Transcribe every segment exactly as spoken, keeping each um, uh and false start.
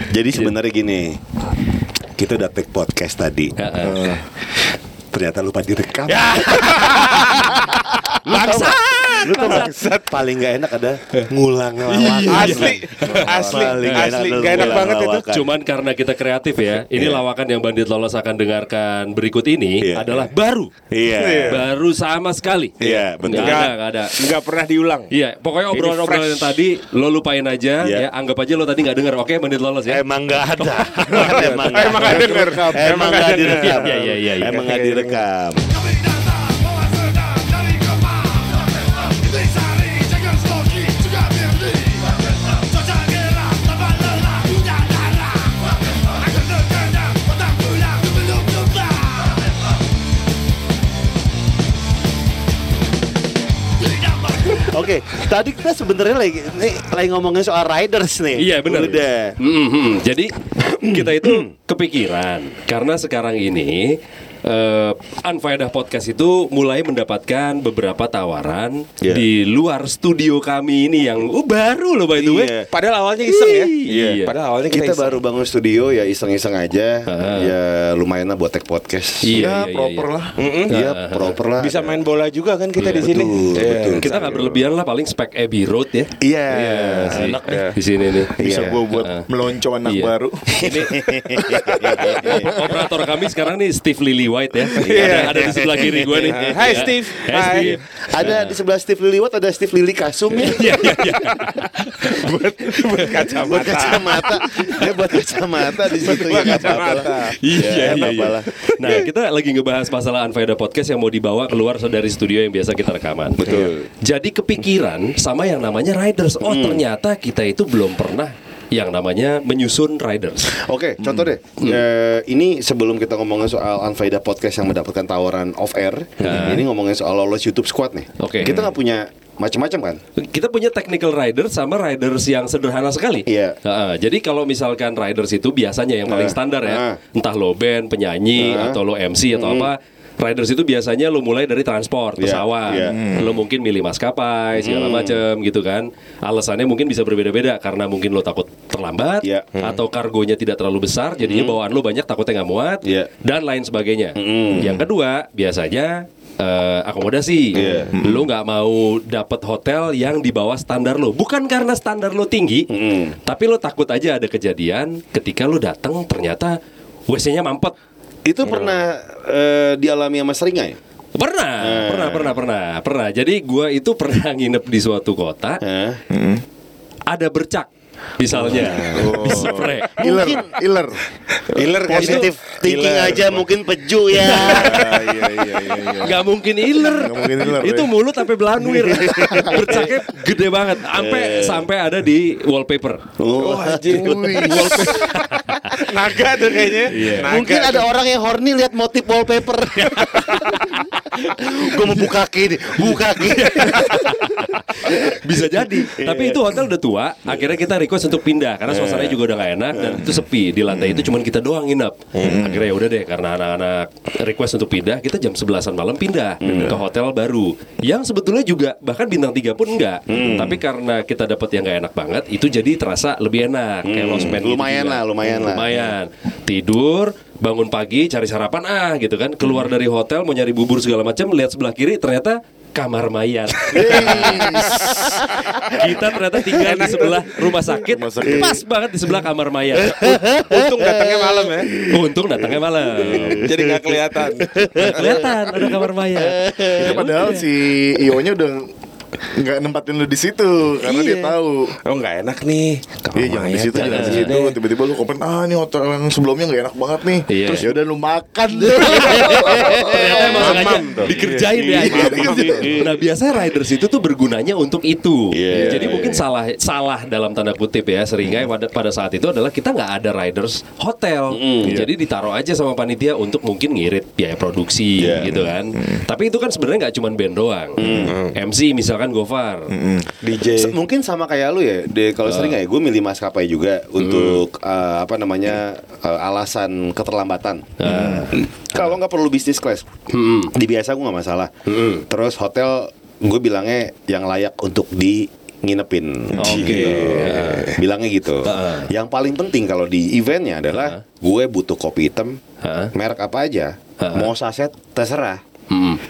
Jadi sebenarnya gini, kita udah take podcast tadi. Uh, ternyata lupa direkam. Bangsa. Lu tau gak, paling gak enak ada ngulang lawakan. Asli, asli, asli, gak enak banget itu. Cuman karena kita kreatif ya. Ini yeah. lawakan yang Bandit Lolos akan dengarkan berikut ini yeah. adalah baru. Iya. Yeah. Baru sama sekali. Iya, yeah, betul. Gak ada, gak ada. Gak pernah diulang. Iya, pokoknya obrolan-obrolan yang tadi lo lupain aja yeah. ya. Anggap aja lo tadi gak denger. Oke, Bandit Lolos ya. Emang gak ada. Emang gak denger. Emang gak direkam. Iya, iya, iya. Emang gak direkam. Oke, okay, tadi kita sebenarnya lagi nih, lagi ngomongin soal riders nih. Iya benar. Mm-hmm. Jadi kita itu kepikiran karena sekarang ini uh, Unfaedah Podcast itu mulai mendapatkan beberapa tawaran yeah. di luar studio kami ini yang uh, baru loh by the way. Iya. Padahal awalnya iseng ya. Iya. Padahal awalnya kita, kita baru bangun studio ya iseng-iseng aja. Uh. Ya lumayan lah buat take podcast. Iya, ya iya, proper iya. lah. Mm-hmm. Iya, uh. proper lah. Bisa main bola juga kan kita yeah, di sini. Betul, yeah. betul. Kita nggak berlebihan lah, paling spek Abbey Road ya. Iya. Yeah, sih. Enak nih di sini nih. Bisa yeah. gue buat uh. melonco anak yeah. baru. Ini operator kami sekarang nih Steve Lillywhite ya. Yeah. Ada, ada di sebelah kiri gue nih. Hai Steve. Hai Steve. Ada di sebelah Steve Lillywhite ada Steve Lily Kasum ya. Iya iya iya. Buat buat kacamata. Buat kacamata. Dia buat kacamata di situ ya kacamata. Iya iya iya. Nah, kita lagi ngebahas masalah Unfaedah Podcast yang mau dibawa keluar dari studio yang biasa kita rekaman. Betul. Jadi kepikiran sama yang namanya riders. Oh, hmm. ternyata kita itu belum pernah yang namanya menyusun riders. Oke, okay, contoh deh. Hmm. E, ini sebelum kita ngomongin soal Unfaedah Podcast yang mendapatkan tawaran off air, hmm. ini ngomongin soal lolos YouTube Squad nih. Oke. Okay. Kita nggak punya macam-macam kan? Kita punya technical riders sama riders yang sederhana sekali. Iya. Uh, jadi kalau misalkan riders itu biasanya yang paling uh, standar ya, uh. entah lo band, penyanyi uh. atau lo M C atau hmm. apa. Riders itu biasanya lo mulai dari transport, pesawat, yeah, yeah. lo mungkin milih maskapai segala mm. macam gitu kan. Alasannya mungkin bisa berbeda-beda karena mungkin lo takut terlambat yeah. mm. atau kargonya tidak terlalu besar, jadinya mm. bawaan lo banyak takutnya nggak muat yeah. dan lain sebagainya. Mm. Yang kedua biasanya uh, akomodasi, yeah. lo nggak mau dapat hotel yang di bawah standar lo, bukan karena standar lo tinggi, mm. tapi lo takut aja ada kejadian ketika lo datang ternyata W C-nya mampet. Itu hmm. pernah uh, dialami sama Seringai? Pernah, hmm. pernah, pernah, pernah, pernah. Jadi gue itu pernah nginep di suatu kota, hmm. ada bercak, misalnya, oh. di spray. Iler, iler, iler positif thinking iler. Aja mungkin peju ya. Iya, iya, iya, iya. Gak mungkin iler. Gak mungkin iler. Itu ya. mulut sampai belanwir. Bercaknya gede banget, sampai eh. sampai ada di wallpaper. Oh, anjing. Wallpaper. Naga tuh kayaknya. Yeah. Naga mungkin tuh. Ada orang yang horny lihat motif wallpaper. Gue mau buka kaki nih, buka kaki. Bisa jadi. Tapi itu hotel udah tua. Akhirnya kita request untuk pindah karena suasananya juga udah gak enak dan itu sepi. Di lantai itu cuman kita doang nginep. Akhirnya ya udah deh, karena anak-anak request untuk pindah, kita jam sebelasan malam pindah ke hotel baru. Yang sebetulnya juga bahkan bintang tiga pun enggak. Tapi karena kita dapat yang gak enak banget, itu jadi terasa lebih enak. Kayak Lost Man gitu. Lumayan lah, lumayan lah. Lumayan. Tidur, bangun pagi cari sarapan ah gitu kan, keluar dari hotel mau nyari bubur segala macam, lihat sebelah kiri ternyata kamar mayat. Kita ternyata tinggal di sebelah rumah sakit, rumah sakit. Pas banget di sebelah kamar mayat. Untung datangnya malam ya. Untung datangnya malam. Jadi nggak kelihatan. Gak kelihatan ada kamar mayat. Itu padahal si Io-nya udah nggak nempatin lu di situ karena iya. dia tahu. Oh nggak enak nih. Iya jangan di situ, jangan di situ. Tiba-tiba lu komen, ah ini hotel yang sebelumnya nggak enak banget nih. Iya. Terus ya udah lu makan. Ternyata emang sengaja dikerjain ya. Iya. Nah biasanya riders itu tuh bergunanya untuk itu. Yeah. Jadi mungkin salah salah dalam tanda kutip ya Seringai pada, pada saat itu adalah kita nggak ada riders hotel. Mm, Jadi yeah. ditaruh aja sama panitia untuk mungkin ngirit biaya produksi yeah. gitu kan. Mm. Tapi itu kan sebenarnya nggak cuma band doang. Mm. M C misalkan Gofar, mm-hmm. D J. S- mungkin sama kayak lu ya. De, kalau uh. sering ya, gue milih maskapai juga mm. untuk uh, apa namanya uh, alasan keterlambatan. Uh. Kalau nggak perlu bisnis class, mm. di biasa gue nggak masalah. Mm. Terus hotel gue bilangnya yang layak untuk di nginepin. Oke. Gitu. Bilangnya gitu. Uh-uh. Yang paling penting kalau di eventnya adalah uh-uh. gue butuh kopi hitam, uh-uh. merek apa aja, uh-uh. mau saset terserah. Hmm.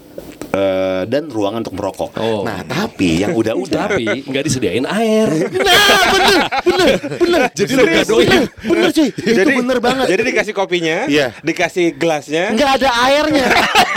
Uh, dan ruangan untuk merokok. Oh. Nah, tapi yang udah-udah tapi nggak disediain air. Nah, bener, bener, bener. Jadi lu gadoin. Bener cuy, itu jadi, bener banget. Jadi dikasih kopinya, yeah. dikasih gelasnya, nggak ada airnya.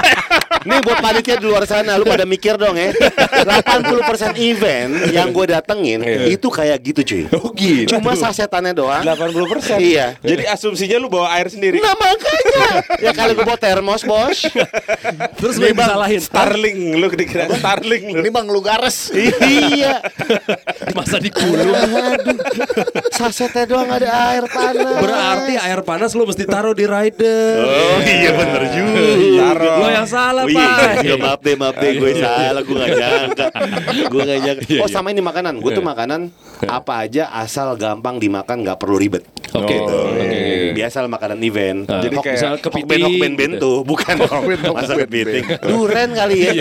Nih buat panitia di luar sana, lu pada mikir dong ya. delapan puluh persen event yang gue datengin yeah. itu kayak gitu cuy. Oh gitu. Cuma sasetannya doang. delapan puluh persen. Iya. Jadi asumsinya lu bawa air sendiri. Nah makanya. Ya kali gue bawa termos bos. Terus lu disalahin. Starling, lu dikira Starling lu. Ini Bang Lugares. Iya. Masa dikulung. Aduh. Sasetnya doang ada air panas. Berarti air panas lu mesti taruh di rider. Oh iya bener juga. Taruh. Lo yang salah oh, Pak. Iya maaf deh maaf deh gue salah gue gak nyangka. Gue gak nyangka. Oh sama ini makanan. Gue tuh makanan apa aja asal gampang dimakan gak perlu ribet. Oke. Gitu. Biasa lah makanan event. Uh, Jadi kayak misal kepiting, hokben bento, bukan masa kepiting. Duren kali ya.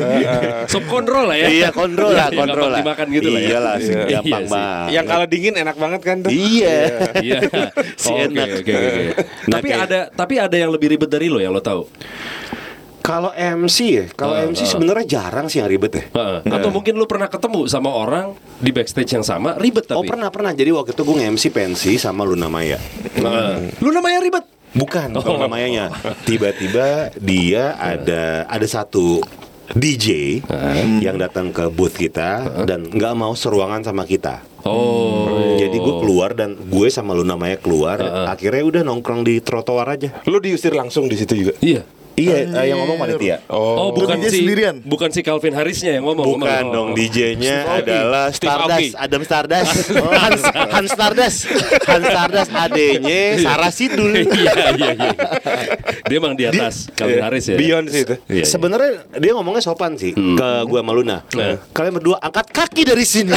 Sop kontrol lah ya. Iya kontrol lah, kontrol lah. Dimakan gitu lah ya. Iyalah, gampang banget. Yang kalau dingin enak banget kan tuh. Iya. Iya. Si enak. Oke oke. Tapi ada tapi ada yang lebih ribet dari lo yang lo tahu. Kalau M C ya, kalau uh, M C uh. sebenarnya jarang sih yang ribet ya. Uh, uh. Atau mungkin lu pernah ketemu sama orang di backstage yang sama ribet tapi. Oh pernah pernah. Jadi waktu itu gue nge-M C pensi sama Luna Maya. Uh. Luna Maya ribet? Bukan, oh. Luna Mayanya. Tiba-tiba dia ada ada satu D J uh. yang datang ke booth kita uh. dan nggak mau seruangan sama kita. Oh. Jadi gue keluar dan gue sama Luna Maya keluar. Uh. Akhirnya udah nongkrong di trotoar aja. Lu diusir langsung di situ juga? Iya. Iya, uh, yang ngomong panitia. Oh, oh bukan si sendirian. Bukan si Calvin Harrisnya yang ngomong. Bukan oh. dong, D J-nya adalah Stardust, Adam Stardust, oh, Hans, Hans Stardust, Hans Stardust adenya Sarah Sidul. Iya iya iya. Dia emang di atas Calvin Harris ya. Beyond sih itu. Iya, sebenarnya dia ngomongnya sopan sih hmm. ke gua sama Luna. Hmm. Kalian berdua angkat kaki dari sini.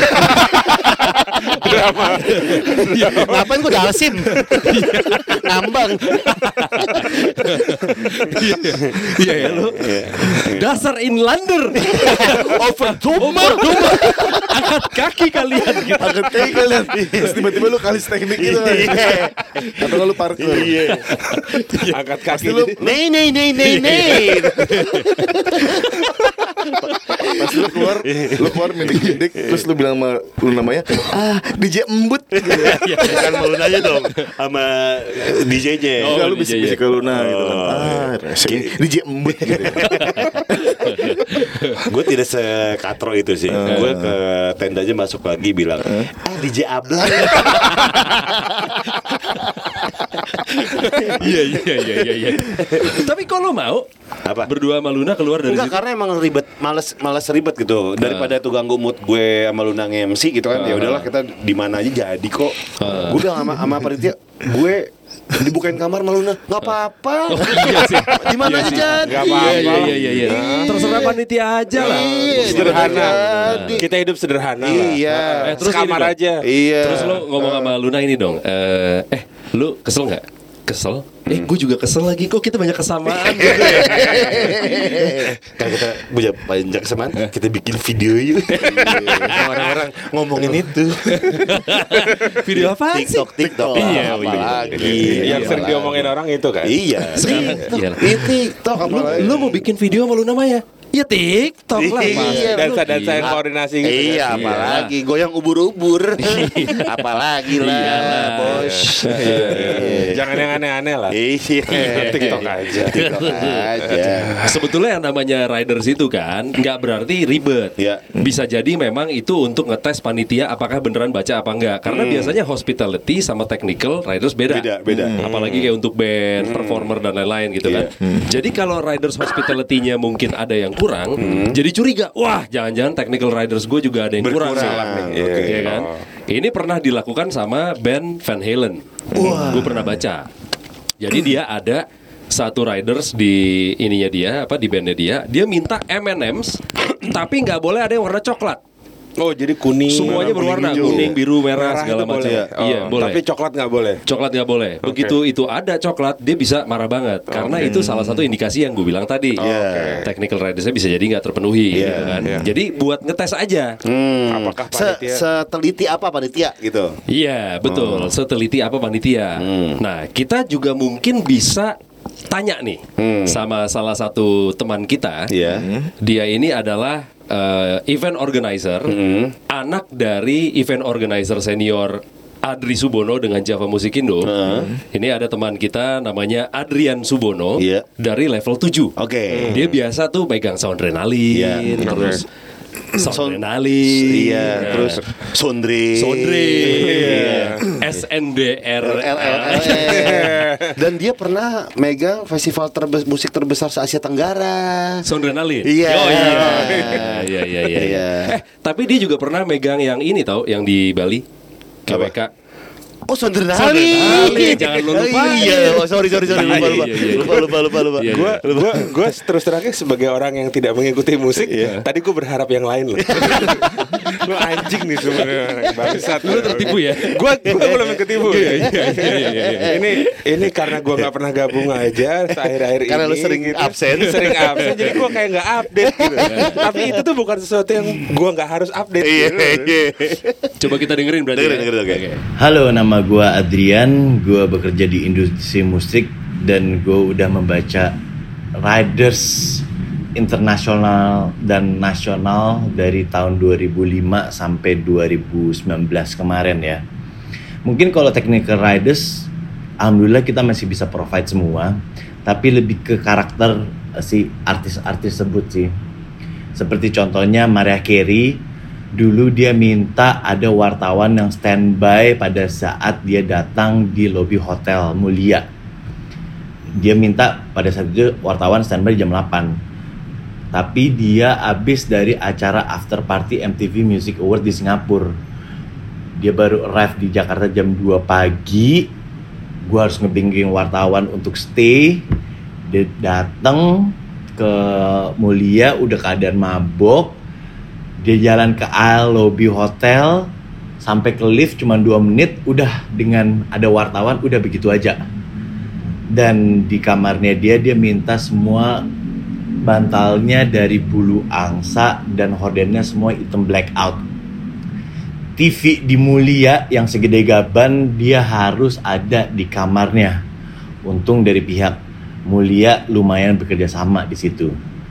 Drama. Ngapain gua dalsim? Ngambang. Iya ya lu. Dasar inlander. Over domba. Angkat kaki kalian gitu. Angkat kaki kalian. Terus tiba-tiba lu kalis teknik gitu. Atau lu parkour. Iya. Angkat kaki. Lu nih nih nih nih nih. Pas lu keluar, lu keluar mendik-mendik, terus lu bilang sama lu namanya, ah D J embut. Kan mau nanya dong sama D J-nya. Oh, lu bisik-bisik ke Luna gitu kan. Ah, D J embut gitu. Gue tidak sekatro itu sih. Uh. Gue ke tendanya masuk lagi bilang, uh. ah D J Ablan. Iya iya iya iya iya. Tapi kalau mau apa? Berdua sama Luna keluar dari enggak, situ? Karena emang ribet, males males ribet gitu. Daripada itu ganggu mood gue sama Luna nge-M C gitu kan. Uh. Ya udahlah kita di mana aja jadi kok. Uh. Gue bilang sama sama panitia, gue dibukain kamar sama Luna, nggak apa-apa. Oh, iya di mana aja jadi. Nggak apa-apa. Iya iya iya. Terserah panitia aja lah. Iya, sederhana. Kita hidup sederhana. Iya. Eh, terus kamar aja. Iya. Terus lo ngomong sama Luna ini dong. Eh, eh lu kesel nggak? Kesel? Eh gue juga kesel lagi. Kok kita banyak kesamaan gitu ya? Kan kita punya banyak kesamaan, kita bikin video yuk. Orang-orang ngomongin itu. Video apa sih? TikTok, TikTok. Iya, apalagi. Yang sering diomongin orang itu kan. Iya. Ini TikTok apalagi. Lu mau bikin video sama Luna Maya? Ya TikTok lah Mas. Dansa-dansa yang koordinasi gitu. Iya, apalagi goyang ubur-ubur. Apalagi lah, bos. Jangan yang aneh-aneh lah. Iya, TikTok aja. TikTok aja. Sebetulnya yang namanya riders itu kan nggak berarti ribet. Ya. Bisa jadi memang itu untuk ngetes panitia apakah beneran baca apa enggak. Karena hmm. biasanya hospitality sama technical riders beda. Beda, beda. Hmm. Apalagi kayak untuk band, hmm. performer dan lain-lain gitu kan. Hmm. Jadi kalau riders hospitality-nya mungkin ada yang kurang, hmm. jadi curiga. Wah, jangan-jangan technical riders gue juga ada yang Berkurang. kurang. Salah nih. Yeah. Okay. Ya kan? Oh. Ini pernah dilakukan sama band Van Halen. Wow. Gue pernah baca. Jadi dia ada satu riders di ininya dia, apa di bandnya dia, dia minta M and M's tapi nggak boleh ada yang warna coklat. Oh jadi kuning. Semuanya berwarna kuning, kuning, biru, merah, merah segala macam. boleh. Oh, Iya boleh. Tapi coklat nggak boleh. Coklat nggak boleh. Begitu Okay. itu ada coklat, dia bisa marah banget. Karena Okay. itu salah satu indikasi yang gue bilang tadi. Okay. Technical ridersnya bisa jadi nggak terpenuhi, Yeah. gitu kan. Yeah. Jadi buat ngetes aja. Hmm. Apakah Se- panitia- seteliti apa panitia gitu? Iya betul. Seteliti apa panitia. Hmm. Nah kita juga mungkin bisa tanya nih Hmm. sama salah satu teman kita. Iya. Dia ini adalah uh, event organizer, Hmm. anak dari event organizer senior Adri Subono dengan Java Musikindo. Ini ada teman kita namanya Adrian Subono Iya. dari level tujuh. Oke. Dia biasa tuh pegang Soundrenalin, Iya. terus Sound- Soundrenalin, Iya, terus Sondre. Sondre, Iya. S N D R L L L. Dan dia pernah megang festival terbe- musik terbesar se Asia Tenggara. Soundrenalin. Iya. Oh iya. Iya iya iya. Iya. Eh, tapi dia juga pernah megang yang ini tau, yang di Bali. K W K. Oh, Sondrenali. Sondrenali, jangan lu lupa. Oh, iya, oh, sorry sorry sorry lupa lupa. Iya, iya, iya. Lupa lupa lupa lupa. Iya, Gue gue gue terus terangnya sebagai orang yang tidak mengikuti musik, tadi gue berharap yang lain loh. Lu anjing nih sebenarnya bangsat. Lu tertipu ya? Gue gue belum ketipu. Iya, iya, iya, iya, iya. Ini ini karena gue nggak pernah gabung aja akhir-akhir ini. Karena lu sering absen. sering absen, jadi gue kayak nggak update gitu. Tapi itu tuh bukan sesuatu yang gue nggak harus update. Iya gitu. iya. Coba kita dengerin berarti. Dengerin, ya? dengerin, oke. Oke. Halo, nama gue Adrian, gue bekerja di industri musik dan gue udah membaca riders internasional dan nasional dari tahun dua ribu lima sampai dua ribu sembilan belas kemarin ya. Mungkin kalau technical riders, alhamdulillah kita masih bisa provide semua, tapi lebih ke karakter si artis-artis tersebut sih. Seperti contohnya Mariah Carey. Dulu dia minta ada wartawan yang standby pada saat dia datang di lobi Hotel Mulia. Dia minta pada saat itu wartawan standby jam delapan. Tapi dia habis dari acara after party M T V Music Award di Singapura. Dia baru arrive di Jakarta jam dua pagi. Gua harus ngebingking wartawan untuk stay. Dia datang ke Mulia udah keadaan mabok. Dia jalan ke aisle lobby hotel sampai ke lift cuma dua menit, udah dengan ada wartawan, udah begitu aja. Dan di kamarnya dia dia minta semua bantalnya dari bulu angsa dan hordennya semua hitam blackout. T V di Mulia yang segede gaban dia harus ada di kamarnya. Untung dari pihak Mulia lumayan bekerja sama di situ.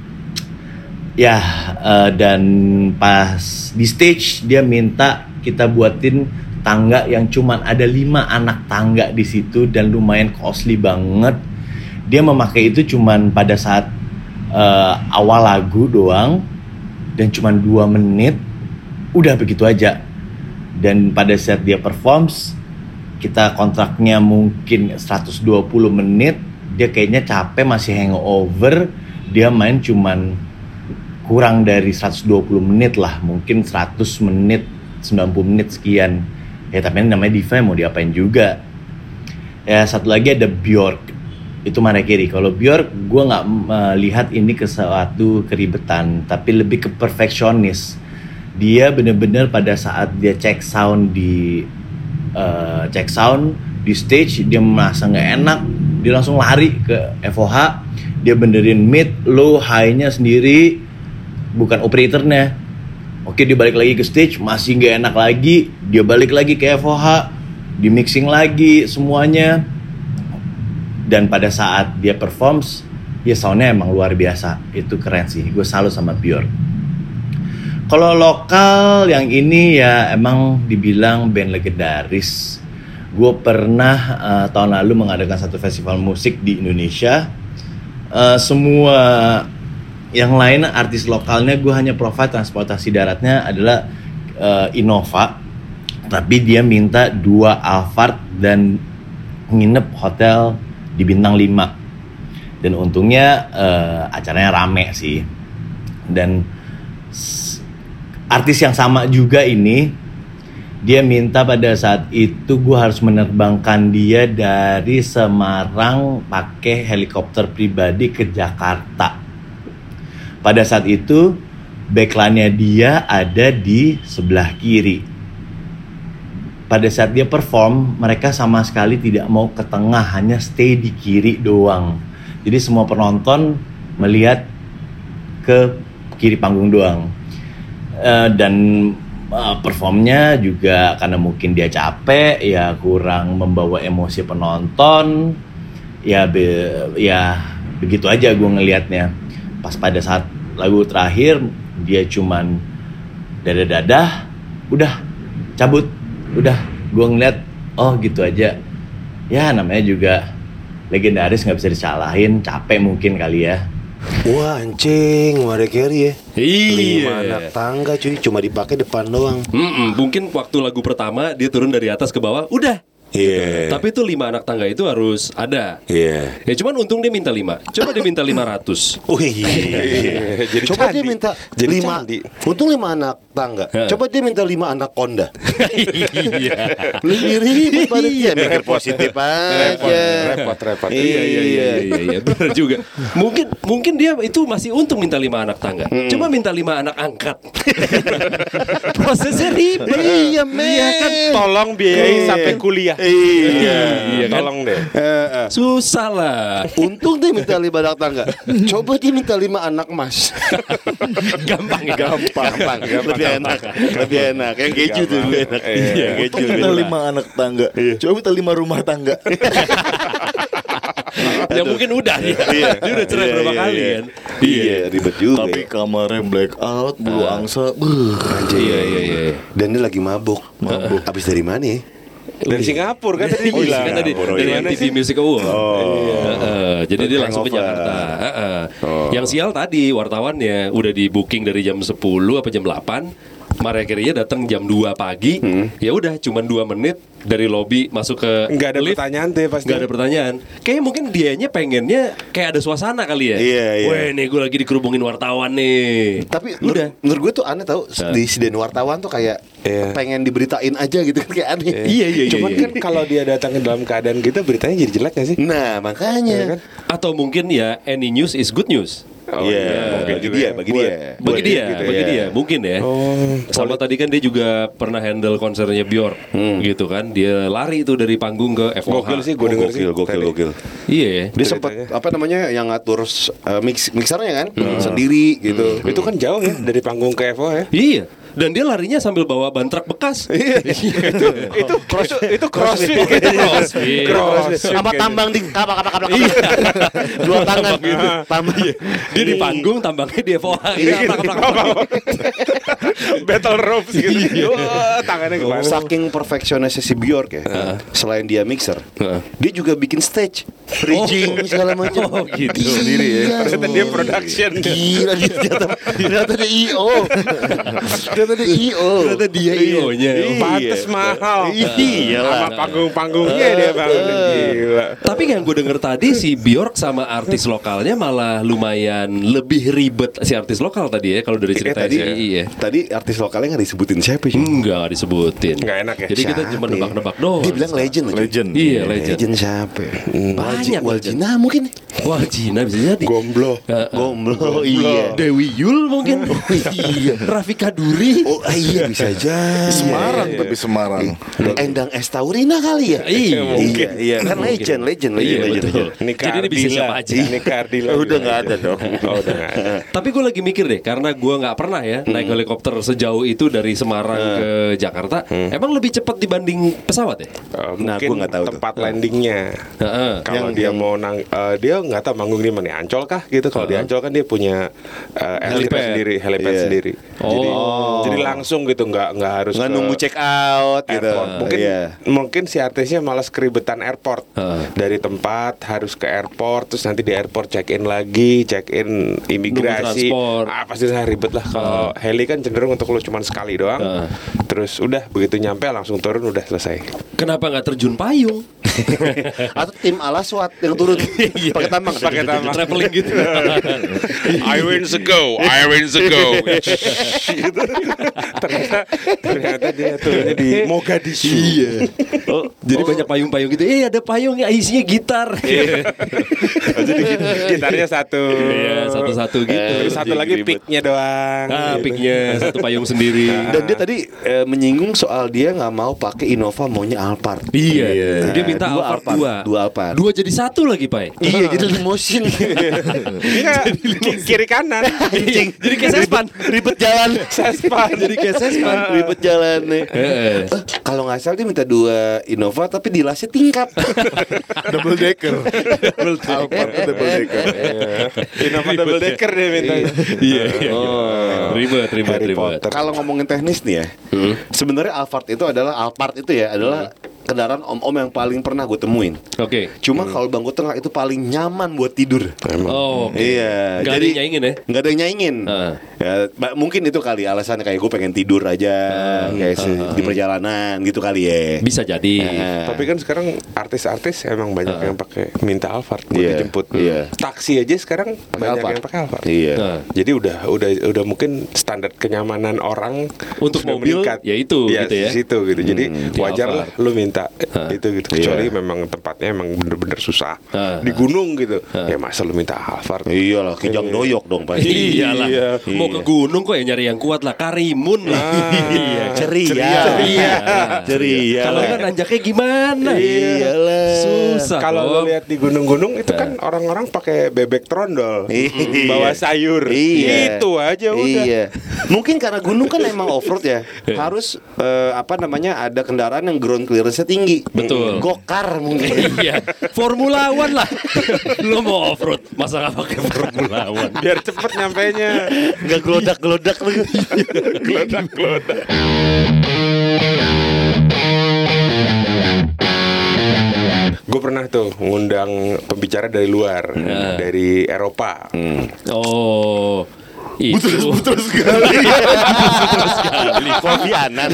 Ya, uh, dan pas di stage dia minta kita buatin tangga yang cuman ada lima anak tangga di situ dan lumayan costly banget. Dia memakai itu cuman pada saat uh, awal lagu doang dan cuman dua menit, udah begitu aja. Dan pada saat dia performs, kita kontraknya mungkin seratus dua puluh menit, dia kayaknya capek masih hangover, dia main cuman kurang dari seratus dua puluh menit lah, mungkin seratus menit, sembilan puluh menit sekian. Ya tapi ini namanya diva, mau diapain juga. Ya satu lagi ada Björk, itu Mariah Carey. Kalau Björk, gue nggak melihat uh, ini ke suatu keribetan, tapi lebih ke perfeksionis. Dia bener-bener pada saat dia cek sound di uh, cek sound di stage, dia merasa nggak enak, dia langsung lari ke F O H, dia benerin mid, low, high-nya sendiri. Bukan operatornya. Oke, dia balik lagi ke stage, masih gak enak lagi, dia balik lagi ke F O H, di mixing lagi semuanya. Dan pada saat dia performs, ya soundnya emang luar biasa. Itu keren sih, gue salut sama Björk. Kalau lokal yang ini ya emang dibilang band legendaris. Gue pernah uh, tahun lalu mengadakan satu festival musik di Indonesia. Uh, semua yang lain artis lokalnya gue hanya provide transportasi daratnya adalah uh, Innova, tapi dia minta dua Alphard dan nginep hotel di bintang lima. Dan untungnya uh, acaranya rame sih. Dan s- artis yang sama juga ini, dia minta pada saat itu gue harus menerbangkan dia dari Semarang pakai helikopter pribadi ke Jakarta. Pada saat itu backline-nya dia ada di sebelah kiri. Pada saat dia perform, mereka sama sekali tidak mau ke tengah, hanya stay di kiri doang. Jadi semua penonton melihat ke kiri panggung doang. Uh, dan uh, performnya juga karena mungkin dia capek, ya kurang membawa emosi penonton. Ya, be, ya begitu aja gue ngelihatnya. Pas pada saat lagu terakhir, dia cuman dadah-dadah, udah cabut. Udah, gue ngeliat, oh gitu aja. Ya namanya juga legendaris, gak bisa disalahin. Capek mungkin kali ya. Wah anjing, Mariah Carey ya. Iya. Lima anak tangga cuy, cuma dipakai depan doang. Mm-mm, mungkin waktu lagu pertama dia turun dari atas ke bawah, udah. Iya. Yeah. Tapi itu lima anak tangga itu harus ada. Iya. Yeah. Ya cuman untung dia minta lima. Coba dia minta lima ratus. Oh iya. Jadi coba dia minta jadi lima. Candi. Untung lima anak tangga. Coba dia minta lima anak konda. Iya. Lebih ribet pada dia mikir positif aja. Repot, repot. Iya iya iya iya iya. Benar juga. Mungkin mungkin dia itu masih untung minta lima anak tangga. Hmm. Coba minta lima anak angkat. Prosesnya ribet. Iya men. Iya kan, tolong biayai sampai kuliah. Iya, iya kan? Tolong deh. Uh, uh. Susah lah. Untung dia minta lima anak tangga. Coba dia minta lima anak mas. Gampang ya? Gampang, gampang. Lebih enak, lebih enak. Yang keju tuh lebih enak. Iya, keju. Minta lima anak tangga. Coba minta lima rumah tangga. Ya mungkin udah ya. Dia udah cerai iya, berapa iya, kali iya. kan. Iya, ribet juga. Tapi kamarnya black out, bulu uh. angsa. Buh, anjir. Iya iya iya. Dan dia lagi mabuk. Mabuk. Abis dari mana ya? Dari Singapura kan tadi oh, bilang. kan tadi oh, dari iya. M T V Music Award. Oh. Uh, uh, jadi dia langsung ke Jakarta. Uh, uh. Oh. Yang sial tadi wartawannya udah di booking dari jam sepuluh apa jam delapan. Mariah Carey-nya datang jam dua pagi. Hmm. Ya udah cuman dua menit dari lobi masuk ke nggak ada lift. Pertanyaan tuh pasti. Nggak ada pertanyaan. Kayaknya mungkin dianya pengennya kayak ada suasana kali ya. Iya, iya. Weh nih gue lagi dikerubungin wartawan nih. Tapi udah. Menur, menurut gue tuh aneh tau uh. Di siden wartawan tuh kayak yeah. pengen diberitain aja gitu kan. Kayak aneh. Yeah. Iya iya iya. Cuman iya. kan kalau dia datang ke dalam keadaan gitu, beritanya jadi jelek gak sih? Nah makanya ya kan? Atau mungkin ya any news is good news. Oh, iya, yeah. bagi dia, bagi dia, bagi dia, gitu, bagi ya. dia, mungkin ya. Oh, sama tadi kan dia juga pernah handle konsernya Björk, hmm. gitu kan. Dia lari itu dari panggung ke F O H. Gokil sih, gue denger sih. Gokil, gokil. Iya. Dia sempat apa namanya yang ngatur uh, mix mixernya kan, hmm. sendiri gitu. Hmm. Itu kan jauh ya dari panggung ke F O H ya. Iya. Dan dia larinya sambil bawa ban truk bekas. Iya. itu itu cross itu crossfit. Crossfit. Crossfit. Sama tambang di kapak kapak kapak. Dua tangan gitu. Tambang. Dia di panggung, tambangnya di F O H. Battle ropes gitu. Wah, tangannya kemana? Saking perfeksionisnya si Björk ya. Selain dia mixer, dia juga bikin stage, rigging segala macam. Oh gitu. Sendiri ya. Ternyata dia production. Gila dia ternyata ternyata dia I O. Ternyata dia I O. Ternyata dia I O-nya. Pantes mahal. Iya sama panggung-panggungnya dia bangun. Gila. Tapi yang gue denger tadi si Björk sama artis lokalnya malah lumayan lebih ribet si artis lokal tadi ya kalau dari cerita tadi. Iya. Tadi artis lokalnya nggak disebutin siapa sih? Enggak disebutin. Nggak enak ya. Jadi kita cuma nebak-nebak doang. Dia bilang legend. Legend. Iya legend. Legend siapa? Banyak. Waljina mungkin. Waljina bisa jadi. Gomblo. Gomblo. Iya. Dewi Yul mungkin. Oh iya. Rafika Duri. Oh iya bisa aja. Semarang tapi Semarang. Endang Estaurina kali ya? Iya. Iya, iya kan legend, legend, legend, Iya, legend. betul. Nikah Jadi ini bisa Ardila. siapa aja. Nikah Ardila. Udah nggak ada dong. Oh, udah nggak ada. Tapi gue lagi mikir deh, karena gue nggak pernah ya naik helikopter sejauh itu dari Semarang ke Jakarta. Emang lebih cepat dibanding pesawat ya? Uh, Nah, mungkin gua nggak tahu tuh. tempat landingnya. Heeh. Kalau Yang- dia yang- mau nang, uh, dia nggak tahu manggung di mana, Ancol kah gitu. Kalau di Ancol kan dia punya uh, helipad Helipad. sendiri, helipad Iya. sendiri. Jadi, Oh. jadi langsung gitu, nggak nggak harus Nggak ke nunggu check out gitu. airport. Mungkin Iya. mungkin si artisnya malas keribetan airport. Heeh. Dari tempat harus ke airport, terus nanti di airport check in lagi, check in imigrasi. transport. Ah pasti saya ribet lah. Kalau heli kan cenderung untuk lu cuma sekali doang. Heeh. Terus udah begitu nyampe langsung turun udah selesai. Kenapa nggak terjun payung? Atau tim ala SWAT yang turun pakai tambang, pakai tambang, traveling gitu. Irons ago, Irons ago. Gitu. ternyata ternyata dia turunnya di Mogadishu. Iya. Oh, jadi banyak payung-payung gitu. Eh ada payung yang isinya gitar. Jadi gitarnya satu. Iya, satu-satu gitu. Terus satu lagi picknya doang. Ah, gitu. picknya satu payung sendiri. Dan dia tadi eh, menyinggung soal dia nggak mau pakai Innova, maunya Alphard. Iya. Dia minta Dua Alphard Alphard, dua. dua Alphard. Dua jadi satu lagi, Pai. Iya, jadi limosin. Iya, ki- kiri kanan. Anjing. Jadi kayak Sespan. Ribet jalan. Sespan. Jadi kayak Sespan. Ribet jalan nih. Heeh. Eh, kalau nggak salah dia minta dua Innova tapi di lasnya tingkat. Double decker. Alphard double decker. Innova double decker dia minta. Iya, iya. Oh. Ribet, ribet, Harry ribet. Potter. Kalau ngomongin teknis nih ya, sebenarnya Alphard itu adalah Alphard itu ya adalah kendaraan om-om yang paling pernah gue temuin. Oke. Cuma kalau bangku tengah itu paling nyaman buat tidur. Oh, oke. Iya. Nggak ada yang nyaingin ya? Nggak ada yang nyaingin. Ah. Ya, ba- mungkin itu kali alasannya kayak gue pengen tidur aja, kayak se- di perjalanan gitu kali ya. Bisa jadi. Ah. Tapi kan sekarang artis-artis emang banyak yang pakai minta Alphard buat Iya, dijemput. iya. Taksi aja sekarang banyak Alphard. yang pakai Alphard. Iya. Nah. Jadi udah udah udah mungkin standar kenyamanan orang Untuk sudah mobil, meningkat. ya itu, ya, gitu ya. di situ gitu. Jadi di wajar lah Alphard. lu minta Hah. itu gitu. Kecuali Iya. memang tempatnya emang bener-bener susah Hah. di gunung gitu. Ya masa lu minta Alphard? Iyalah, kijang doyok dong pasti. Iyalah. Iya. Mau ke gunung kok ya nyari yang kuat lah, Karimun lah. Iya, Ceria. Ceria. Ceria. Kalau kan nanjaknya gimana? Iyalah. Susah. Kalau Om. lu lihat di gunung-gunung itu kan orang-orang pakai bebek trondol, Iya. bawa sayur, Iya. itu aja udah. Iya. Mungkin karena gunung kan emang off-road ya. Harus eh, apa namanya ada kendaraan yang ground clearance-nya tinggi. Betul. Gokar mungkin. Iya, Formula One lah. Lo mau off road, masa nggak pakai Formula One? Biar cepet nyampainya. Enggak gelodak-gelodak lagi. Gelodak-gelodak. Gue pernah tuh ngundang pembicara dari luar, dari Eropa. Oh, itu Betul sekali. Kopi Anan.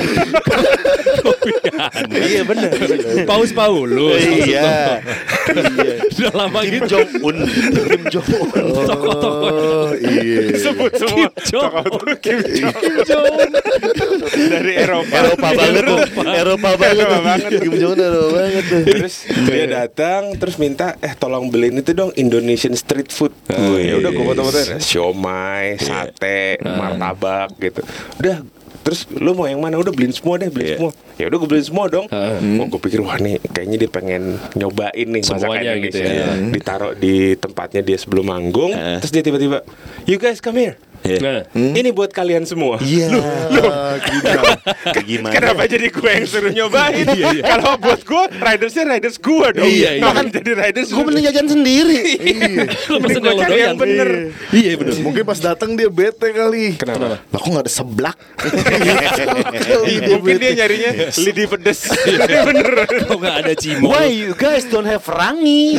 Iya benar. Paus Paulus. Iya. Udah lama Kim gitu. Jong Un. Kim Jong Un. Tokoh-tokoh Oh iya. Sebut semua Jong tokoh Kim Jong Kim Jong Un. dari Eropa. Eropa banget tuh. Eropa banget Eropa tuh. banget. Kim Jong Un Eropa banget tuh. Terus dia datang, terus minta eh tolong beliin itu dong Indonesian street food. Ya udah gue foto-fotoin siomay, sate, martabak gitu. Udah. Terus lu mau yang mana? Udah beliin semua deh, beliin semua. Ya udah gue beliin semua dong. Oh, gue pikir wah nih kayaknya dia pengen nyobain nih masakan Semuanya Indonesia. gitu ya. Ditaruh di tempatnya dia sebelum manggung. Terus dia tiba-tiba, you guys come here. Nah, Ini buat kalian semua. Iya. Gimana? Gimana? Kenapa jadi gue yang suruh nyobain? Kalau buat gue, ridersnya riders gue dong. Iya, iya. Bahkan jadi riders Gue mending jajan sendiri. lo pesen gua yang lo cari doyan. yang bener. Iya bener. Mungkin pas datang dia bete kali. Kenapa? Lah kok nggak ada seblak? Mungkin dia nyarinya lidi pedes. Bener. Kok nggak ada cimol? Why you guys don't have rangi?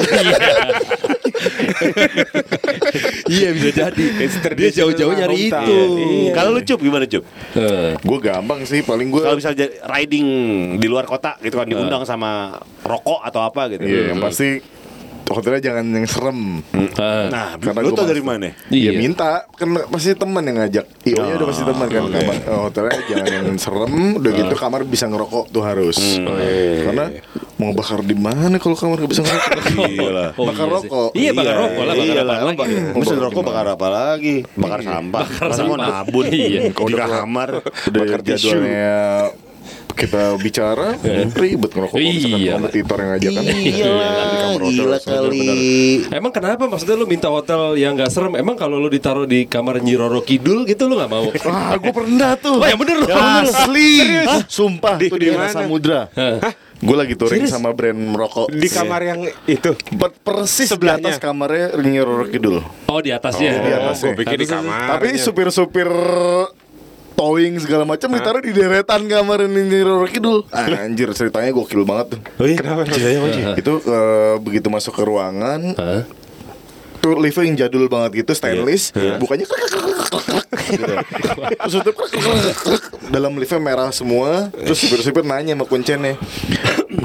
Iya bisa jadi. Dia jauh-jauh nyari hometown. itu. Iya. Kalau lu Cup gimana Cup? Eh, Gue gampang sih, paling gue. Kalau misalnya riding di luar kota gitu kan diundang sama rokok atau apa gitu. Iya, yang pasti hotelnya jangan yang serem. eh. Nah, Karena lu gua tau dari masuk. mana? Ya Iya. minta, kan pasti teman yang ngajak. I O nya udah pasti teman kan. Kamar, eh, hotelnya jangan yang serem. Udah gitu kamar bisa ngerokok tuh harus. Karena mau bakar di mana kalau kamar nggak bisa ngerokok? Iyalah. Oh, bakar iya sih. rokok. Iya bakar rokok lah, bakar Iyalah, apa lagi? Bak- Masa rokok bakar apa lagi? Bakar sampah. Bakar mau nabun. Iya. Di kamar. Udah Bakar tisu. jadwalnya kita bicara ribet ngerokok kalau misalkan Iya. kompetitor yang ngajak kan. Iyalah, gila kali. Emang kenapa maksudnya lu minta hotel yang nggak serem? Emang kalau lu ditaruh di kamar Nyi Roro Kidul gitu lu nggak mau? Wah, gue pernah tuh. Wah, yang bener lu. Asli. Hah? Sumpah Di- tuh di di mana? Samudra. Gue lagi touring sama brand merokok Di kamar yang itu. Per- persis Sebelahnya. di atas kamarnya Nyi Roro Kidul. Oh di atasnya. di atasnya. Gue pikir di kamar. Tapi supir-supir towing segala macam ditaruh di deretan kamar Nyi Roro Kidul. Anjir, ceritanya gokil banget tuh. Kenapa? Itu eh, begitu masuk ke ruangan, Hah? tuh liftnya yang jadul banget gitu, stainless, bukannya krek, krek, krek, krek, krek, gitu. Terus tutup krek, krek, krek, krek. Dalam liftnya merah semua. Terus supir-supir nanya sama kuncennya, Mbak,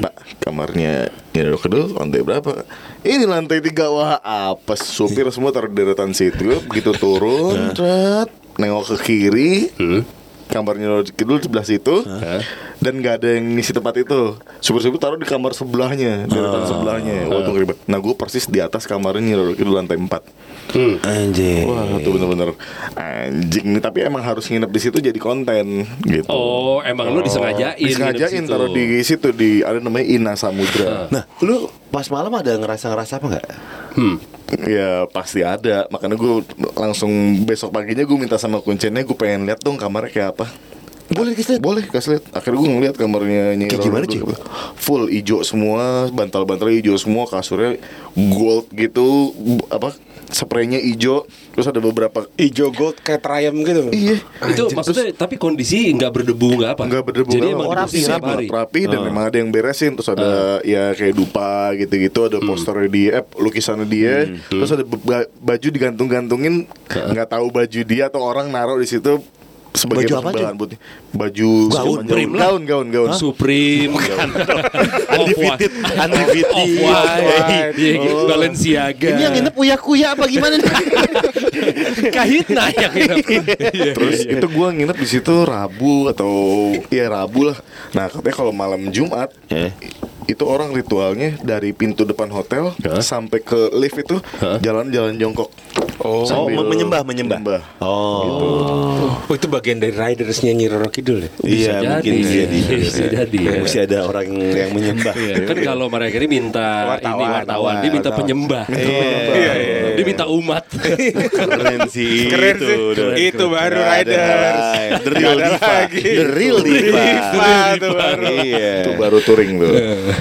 kamarnya Nyi Roro Kidul lantai berapa? Ini lantai tiga. Wah apa supir semua taruh di deretan situ. Begitu turun cet, nengok ke kiri, kamarnya Nyi Roro Kidul sebelah situ. Dan gak ada yang ngisi tempat itu. Supir-supir taruh di kamar sebelahnya, di deretan sebelahnya. Wah tuh ribet. Nah gue persis di atas kamarnya Nyi Roro Kidul lantai empat. Hmm. Anjing. Wah itu bener-bener anjing nih. Tapi emang harus nginep di situ jadi konten gitu. Oh, emang lu disengajain? Disengajain taruh di situ, di ada namanya Ina Samudra. Nah, lu pas malam ada ngerasa-ngerasa apa nggak? Hmm. Ya pasti ada. Makanya gue langsung besok paginya gue minta sama kuncennya, gue pengen lihat dong kamarnya kayak apa. Boleh kasih lihat? Boleh kasih lihat. Akhirnya gue ngeliat kamarnya Nyi Kayak Roro gimana, Kidul. Ci? Full hijau semua, bantal-bantalnya hijau semua, kasurnya gold gitu, bu- apa spraynya hijau, terus ada beberapa Ijo gold kayak Triumph gitu. iya. Itu maksudnya tapi kondisi nggak berdebu nggak apa? Enggak berdebu. Jadi nggak emang apa. rapi, Siap, rapi. rapi dan memang ada yang beresin. Terus ada ya kayak dupa gitu-gitu, ada posternya dia, eh, lukisannya dia. Terus ada be- baju digantung-gantungin, nggak tahu baju dia atau orang naruh di situ sebagai Baju apa, persembahan buat baju Gaun, gaun, gaun, gaun, gaun. Supreme, Undefeated, undefeated. Off-White, iya, gitu. Balenciaga. Ini yang nginep uya-kuya apa gimana nih? Kahitna yang nginep. Terus itu gue nginep di situ Rabu atau ya Rabu lah. Nah katanya kalau malam Jumat Eh. itu orang ritualnya dari pintu depan hotel sampai ke lift itu jalan-jalan jongkok. Oh, Oh, Sambil menyembah, menyembah. menyembah. Oh. oh itu bagian dari ridersnya Nyi Roro Kidul ya? Iya, jadi. mungkin bisa jadi. Bisa jadi, ya. Mesti ada orang yang menyembah. Iya, kan kalau mereka ini minta Wartawan, ini wartawan, dia minta wartawan. penyembah. Iya, iya. Dia minta umat. Keren sih. Keren itu, sih. udah. Itu baru Nggak ada riders. lain. The real Nggak ada diva. lagi. The real diva. Diva tuh baru. Iya. Itu baru touring tuh.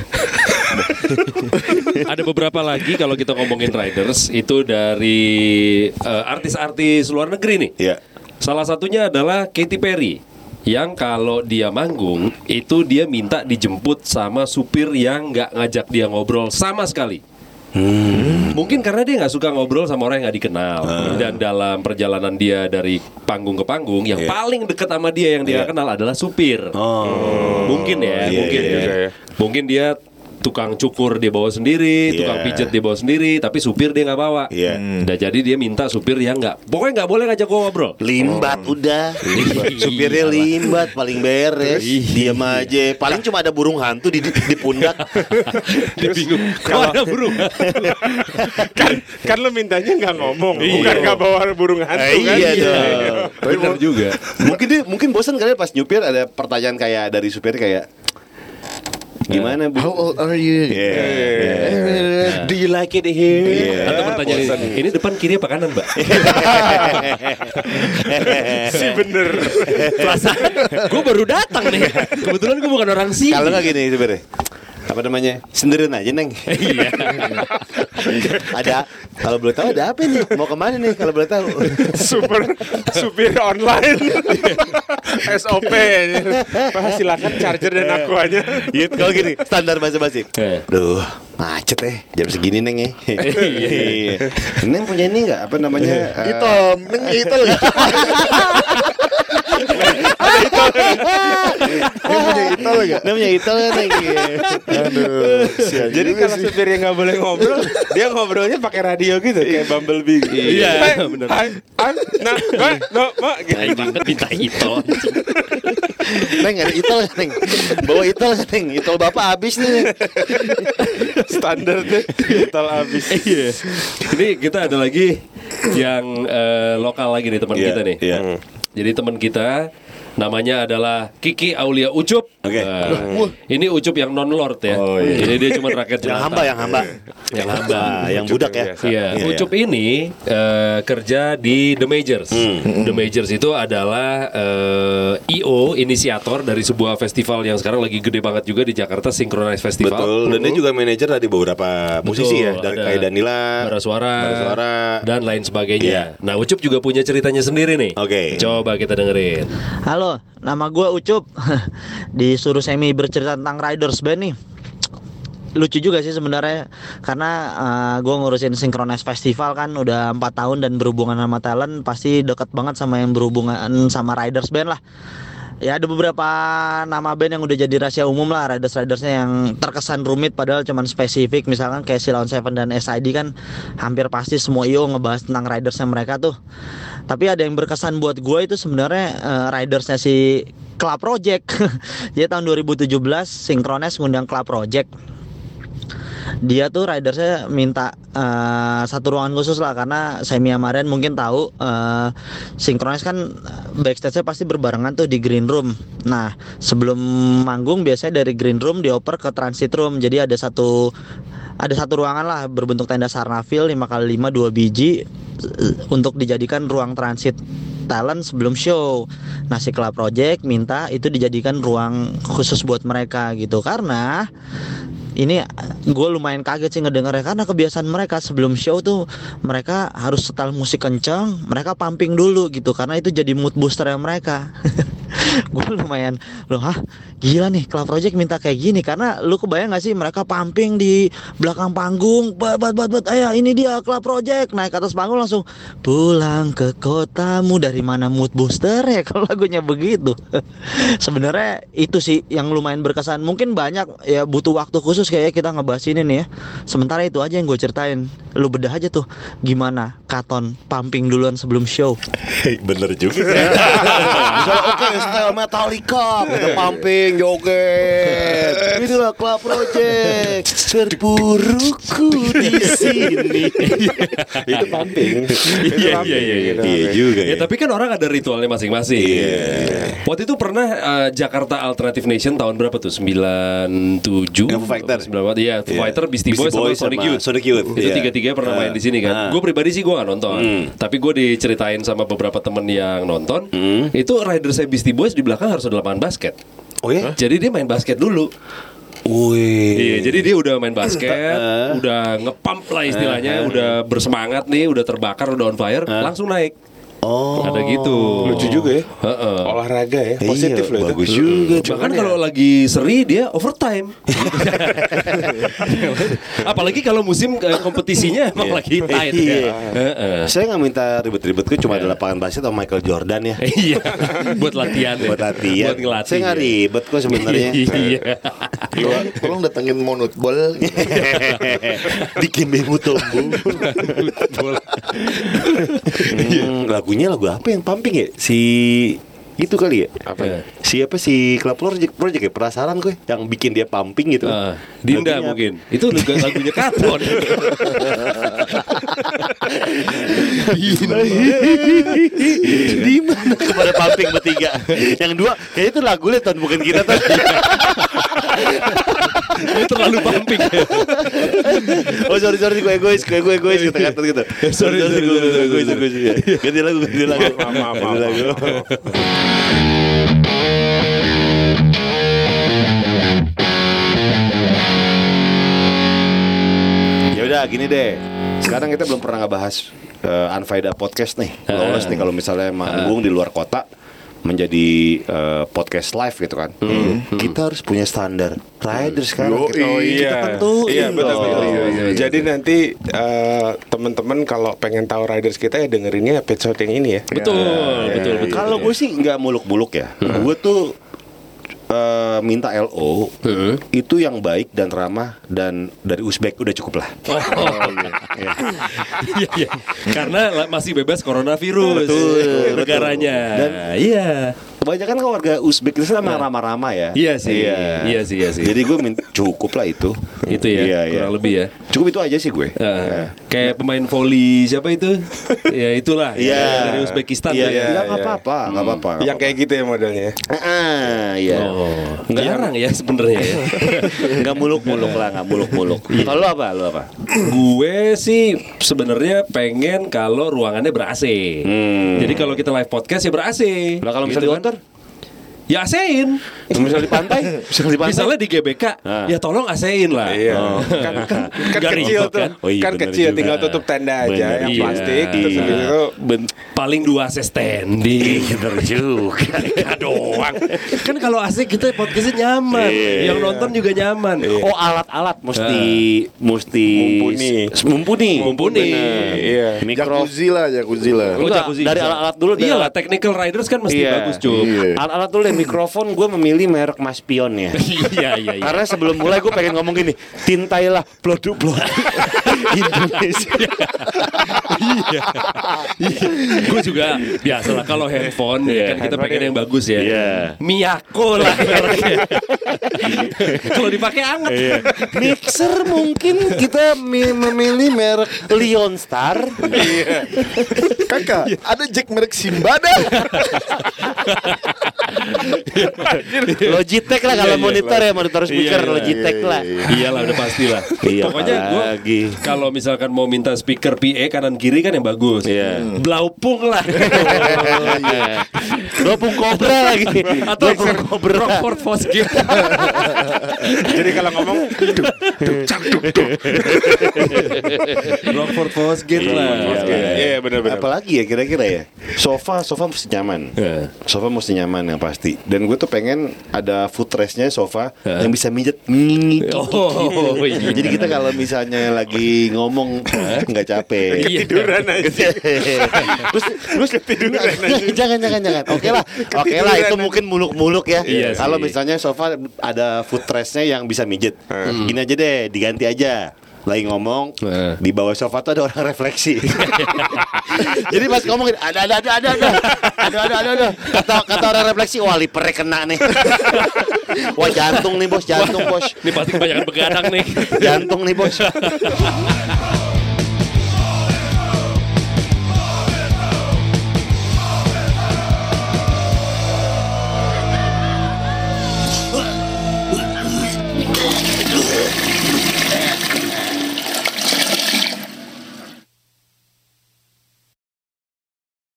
Ada beberapa lagi kalau kita ngomongin riders itu dari eh, artis-artis luar negeri nih. Iya. Salah satunya adalah Katy Perry yang kalau dia manggung itu dia minta dijemput sama supir yang nggak ngajak dia ngobrol sama sekali. Mungkin karena dia nggak suka ngobrol sama orang yang nggak dikenal. Dan dalam perjalanan dia dari panggung ke panggung, yang Iya. paling dekat sama dia yang dia Iya. kenal adalah supir. Oh. Mungkin ya, Iya, mungkin iya, ya. iya. Mungkin dia tukang cukur dia bawa sendiri, Iya. tukang pijet dia bawa sendiri, tapi supir dia nggak bawa. Iya. Nah, jadi dia minta supir yang nggak, pokoknya nggak boleh ngajak gua ngobrol. Limbat udah. Supirnya limbat paling beres. Diam aja. Paling cuma ada burung hantu di di pundak. Dia bingung. Kok ada burung? kan kan lo mintanya nggak ngomong, bukan nggak bawa burung hantu Eh, kan? iya dong. Benar juga. Mungkin dia mungkin bosan kali ya pas nyupir ada pertanyaan kayak dari supir kayak gimana Bu? How old are you? Yeah. Do you like it here? Iya. Atau pertanyaan ini, ini depan kiri apa kanan, Mbak? Si bener. Perasaan gue baru datang nih. Kebetulan gue bukan orang sini. Kalau nggak gini supirnya, apa namanya? Senderin aja neng. Iya. Ada. Kalau boleh tahu ada apa nih? Mau kemana nih? Kalau boleh tahu. Super supir online. S O P. Pak silakan charger dan aquanya. Iya, kalau gini standar bahasa basi. Eh. Duh, macet eh. Jam segini neng ya. Iya. Neng punya ini nggak? Apa namanya? eh, Hitam, neng hitam gak? Neng punya hitam gak? Neng punya itu neng. Aduh, sial Jadi juga kalau sih. supir yang nggak boleh ngobrol, dia ngobrolnya pakai radio gitu, kayak Bumblebee. Iya, Hai, bener. Hai, hai, nah, ma, no, ma, gitu. Baik banget minta itu. Neng ada itol nggak, neng? Bawa itol nggak, neng? Itol bapak habis nih. Standar deh, total abis. Iya. Ini kita ada lagi yang eh, lokal lagi nih teman Iya, kita nih. iya. Jadi teman kita namanya adalah Kiki Aulia Ucup. Oke. Nah, ini Ucup yang non lord ya. Oh, iya. Jadi dia cuma rakyat Yang jelata. hamba, yang hamba. Yang hamba. Ah, yang budak ya. Iya, Ucup ini eh, kerja di The Majors. The Majors itu adalah eh, I O inisiator dari sebuah festival yang sekarang lagi gede banget juga di Jakarta, Synchronize Festival. Betul. Dan dia juga manajer dari beberapa musisi ya, Betul, dari ada kayak Danila, Bara Suara, Bara Suara. dan lain sebagainya. Iya. Nah, Ucup juga punya ceritanya sendiri nih. Oke. Coba kita dengerin. Halo, nama gue Ucup. Disuruh Semi bercerita tentang Riders Band nih. Lucu juga sih sebenarnya, karena uh, gue ngurusin Synchronize Festival kan udah empat tahun dan berhubungan sama talent, pasti deket banget sama yang berhubungan sama Riders Band lah. Ya ada beberapa nama band yang udah jadi rahasia umum lah, riders-ridersnya yang terkesan rumit padahal cuman spesifik. Misalkan kayak Silon Seven dan S I D kan hampir pasti semua I O ngebahas tentang ridersnya mereka tuh. Tapi ada yang berkesan buat gue itu sebenarnya uh, ridersnya si Club Project. Jadi tahun dua ribu tujuh belas Synchronize ngundang Club Project. Dia tuh ridersnya minta uh, satu ruangan khusus lah, karena Semi Amarian mungkin tahu uh, Synchronize kan backstage-nya pasti berbarengan tuh di green room. Nah sebelum manggung biasanya dari green room dioper ke transit room. Jadi ada satu ada satu ruangan lah berbentuk tenda Sarnafil lima kali lima dua biji untuk dijadikan ruang transit talent sebelum show. Nah si Club Project minta itu dijadikan ruang khusus buat mereka gitu, karena ini gue lumayan kaget sih ngedengarnya, karena kebiasaan mereka sebelum show tuh mereka harus setel musik kencang, mereka pumping dulu gitu, karena itu jadi mood booster yang mereka. Gue lumayan loh, hah gila nih Club Project minta kayak gini, karena lu kebayang gak sih mereka pumping di belakang panggung, bat bat bat bat, ayo ini dia Club Project, naik ke atas panggung langsung pulang ke kotamu, dari mana mood booster ya kalau lagunya begitu. Sebenarnya itu sih yang lumayan berkesan. Mungkin banyak ya butuh waktu khusus kayak kita ngebahas ini nih ya. Sementara itu aja yang gue ceritain, lu bedah aja tuh gimana Katon pumping duluan sebelum show. Bener juga. Misalnya oke okay, style Metallica, kita pumping, joget. Inilah Club Project, terpuruku di sini. Itu pumping. Iya iya iya. Iya juga. Ya tapi kan orang ada ritualnya masing-masing. Iya. Waktu itu pernah uh, Jakarta Alternative Nation tahun berapa tuh? sembilan tujuh Foo Fighter. sembilan Iya, Foo Fighter, Beastie Boys sama Sonic Youth. Sonic Youth. Itu tiga-tiganya pernah main di sini kan. Gue pribadi sih gue gak nonton. Tapi gue diceritain sama beberapa temen yang nonton. Itu rider saya Beastie Boys di belakang harus ada lapangan basket. Oh ya? Jadi dia main basket dulu. Wih. Iya, jadi dia udah main basket, udah ngepump lah istilahnya, udah bersemangat nih, udah terbakar, udah on fire, langsung naik. Oh, ada gitu. Lucu juga ya. Heeh. Olahraga ya, positif iya, loh bagus itu. juga. Bahkan kalau lagi seri dia overtime. Apalagi kalau musim uh, kompetisinya emang lagi tight. Iya. Ya. Heeh. Saya nggak minta ribet-ribet, gue cuma ada lapangan basket atau Michael Jordan ya. Iya, buat latihan. Buat latihan. Buat ngelatih. Saya nggak ribet kok sebenarnya. Iya. Tolong, tolong datengin monut bol. Bikin bemu tumbuh. hmm, lagunya lagu apa yang pumping ya? Si itu kali ya? Apa ya? Siapa si Club Project Project ya? Penasaran gue yang bikin dia pumping gitu. Uh, Dinda lagunya mungkin. Itu lagu, lagunya Katon. Di mana kepada pumping bertiga? Yang dua kayaknya itu lagu Leton bukan kita tuh. Itu terlalu pumping. Oh sorry sorry gue egois gue gue egois kata-kata gitu. Sorry sorry gue egois egois. Ganti lagu ganti lagu. Maaf maaf maaf. Ya udah gini deh. Sekarang kita belum pernah ngebahas uh, Unfaida Podcast nih. Lolos nih kalau misalnya manggung di luar kota menjadi uh, podcast live gitu kan. Hmm. Kita harus punya standar riders kan. Oh, kita, iya. kita tentuin. Iya betul dong. betul. Iya, iya. Jadi nanti uh, teman-teman kalau pengen tahu riders kita ya dengerinnya episode yang ini ya. Betul, Ya, betul, ya, betul. Kalau gue sih nggak muluk-muluk ya. Gue tuh uh, minta L O Hmm. itu yang baik dan ramah dan dari Uzbek udah cukup lah. Oh, iya, iya. Karena la- masih bebas coronavirus. Betul, negaranya. betul. Dan iya. Kebanyakan kan warga Uzbek itu sama ramah-ramah ya. Iya sih. Iya sih, iya sih. Jadi gue min- cukup lah itu. Itu ya, Iya, iya. kurang lebih ya. Cukup itu aja sih gue. Uh, kayak pemain voli siapa itu? Ya itulah. Iya. Ya, dari Uzbekistan. Iya, tuh ya. iya, nggak apa-apa, nggak apa-apa. nggak Yang kayak gitu ya modelnya. apa-apa. Ah, iya. Oh, jarang ya sebenarnya ya. Nggak muluk-muluk lah, nggak muluk-muluk. Kalau lo apa? Lo apa? Gue sih sebenarnya pengen kalau ruangannya ber-A C. Hmm. Jadi kalau kita live podcast ya ber-A C. Nah kalau misalnya Gitu di kan. kantor, Ya A C-in. misalnya di pantai, misalnya di pantai. Misalnya di G B K, Ah. ya tolong A C-in lah. Iya. Oh. Kan, kan, kan Nggak kecil ribet, tuh. kan? Oh iya, kan bener kecil juga. tinggal tutup tenda aja Bener, yang iya. plastik terus Iya. habis itu Ben- Paling dua A C standing. Bener juga. Ya doang. Kan kalau A C kita podcastnya nyaman, Iya. yang nonton juga nyaman. Oh alat-alat mesti mesti Mumpuni. mumpuni. Mumpuni. Bener. Iya. Mikro. Jacuzzi lah, jacuzzi lah. Oh, Enggak, jacuzzi dari bisa. alat-alat dulu. dari Iya lah, alat- technical riders kan mesti Iya. bagus cuy. Iya. Alat-alat dulu deh, mikrofon gue memilih merek Mas Pion ya. Iya iya iya. Karena sebelum mulai gue pengen ngomong gini, tintailah produk-produk Indonesia. Iya. Gue juga biasalah kalau handphone ya kan kita pengen yang bagus ya. Iya. Miyako lah mereknya. Kalau dipakai anget. Iya. Mixer mungkin kita mi- memilih merek Lion Star. Iya. Kakak, ada Jack merek Simbada. Logitech lah kalau monitor ya, monitor speaker Iya, iya, Logitech iya, lah. iya, Iyalah udah pastilah. Iya, Pokoknya gue apalagi. kalau misalkan mau minta speaker P A kanan kiri kan yang bagus. Iya. Blaupung lah. Blaupung Cobra lagi. Atau Blaupung Cobra. Rockford Fosgate. Jadi kalau ngomong Rockford Fosgate lah. Iya benar-benar. Apalagi ya kira-kira ya. Sofa, sofa mesti nyaman. Iya. Sofa mesti nyaman yang pasti. Dan gue tuh pengen ada footrestnya sofa yang bisa mijet. Nging. Oh, iya. Jadi kita kalau misalnya lagi ngomong nggak capek. Ketiduran aja. terus terus jangan jangan jangan. Oke lah, oke lah itu mungkin muluk-muluk ya. Iya Kalau sih. misalnya sofa ada footrestnya yang bisa mijet, gini aja deh, diganti aja. Lagi ngomong Hmm. di bawah sofa tuh ada orang refleksi. Jadi pas ngomongin ada ada ada ada ada ada ada ada ada kata kata orang refleksi, wah lipernya kena nih. Wah jantung nih bos, jantung bos, Ini pasti kebanyakan begadang nih. jantung nih bos.